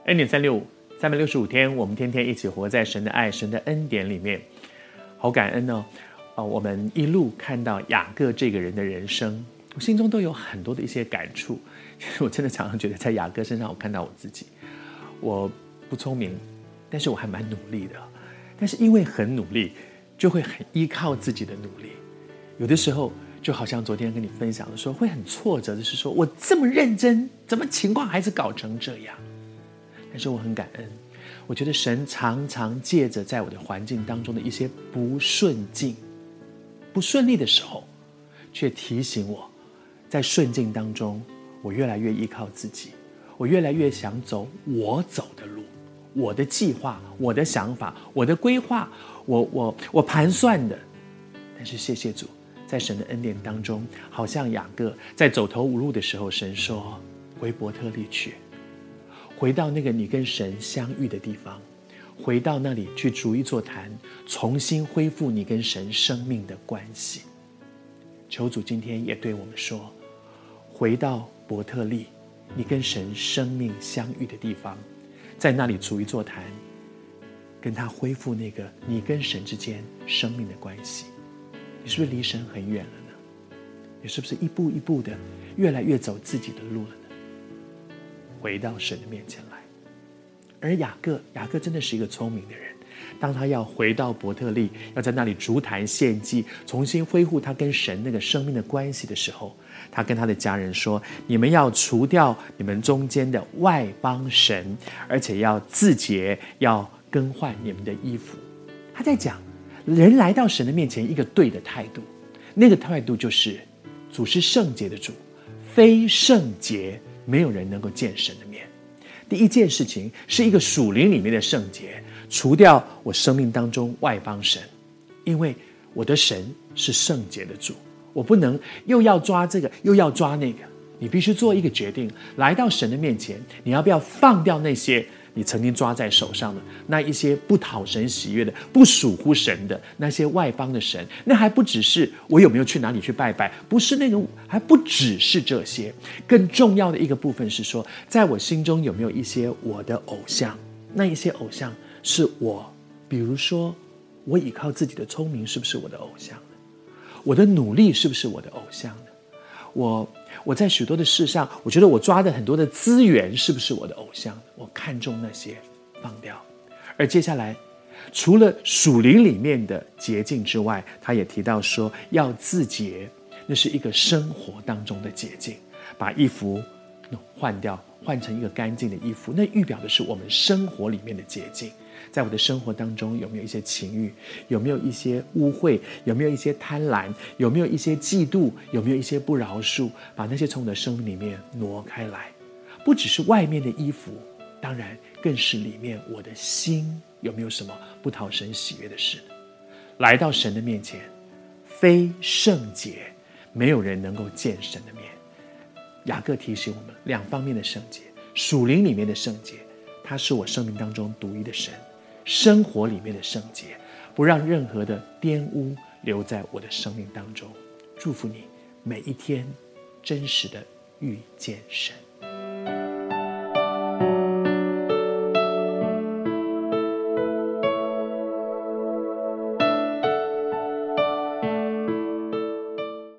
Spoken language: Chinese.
恩典365 365天，我们天天一起活在神的爱、神的恩典里面。好感恩哦！我们一路看到雅各这个人的人生，我心中都有很多的一些感触。我真的常常觉得，在雅各身上，我看到我自己。我不聪明，但是我还蛮努力的。但是因为很努力，就会很依靠自己的努力。有的时候，就好像昨天跟你分享的说，会很挫折的是说，我这么认真，怎么情况还是搞成这样？但是我很感恩，我觉得神常常借着在我的环境当中的一些不顺境、不顺利的时候，却提醒我，在顺境当中，我越来越依靠自己，我越来越想走我走的路，我的计划、我的想法、我的规划，我盘算的。但是谢谢主，在神的恩典当中，好像雅各在走投无路的时候，神说回伯特利去，回到那个你跟神相遇的地方，回到那里去逐一座谈，重新恢复你跟神生命的关系。求主今天也对我们说，回到伯特利，你跟神生命相遇的地方，在那里逐一座谈，跟他恢复那个你跟神之间生命的关系。你是不是离神很远了呢？你是不是一步一步的越来越走自己的路了呢？回到神的面前来。而雅各真的是一个聪明的人，当他要回到伯特利，要在那里逐坛献祭，重新恢复他跟神那个生命的关系的时候，他跟他的家人说，你们要除掉你们中间的外邦神，而且要自洁，要更换你们的衣服。他在讲人来到神的面前一个对的态度，那个态度就是主是圣洁的主，非圣洁没有人能够见神的面。第一件事情是一个属灵里面的圣洁，除掉我生命当中外邦神，因为我的神是圣洁的主，我不能又要抓这个又要抓那个。你必须做一个决定，来到神的面前，你要不要放掉那些你曾经抓在手上的那一些不讨神喜悦的、不属乎神的那些外邦的神？那还不只是我有没有去哪里去拜拜，不是那个，还不只是这些。更重要的一个部分是说，在我心中有没有一些我的偶像？那一些偶像是我，比如说我依靠自己的聪明，是不是我的偶像呢？我的努力是不是我的偶像呢？我在许多的事上，我觉得我抓的很多的资源是不是我的偶像？我看重那些，放掉。而接下来，除了属灵里面的洁净之外，他也提到说要自洁，那是一个生活当中的洁净，把衣服换掉，换成一个干净的衣服，那预表的是我们生活里面的洁净。在我的生活当中，有没有一些情欲？有没有一些污秽？有没有一些贪婪？有没有一些嫉妒？有没有一些不饶恕？把那些从我的生命里面挪开来。不只是外面的衣服，当然更是里面我的心有没有什么不讨神喜悦的事呢？来到神的面前，非圣洁，没有人能够见神的面。雅各提醒我们两方面的圣洁，属灵里面的圣洁，他是我生命当中独一的神；生活里面的圣洁，不让任何的玷污留在我的生命当中。祝福你每一天真实的遇见神。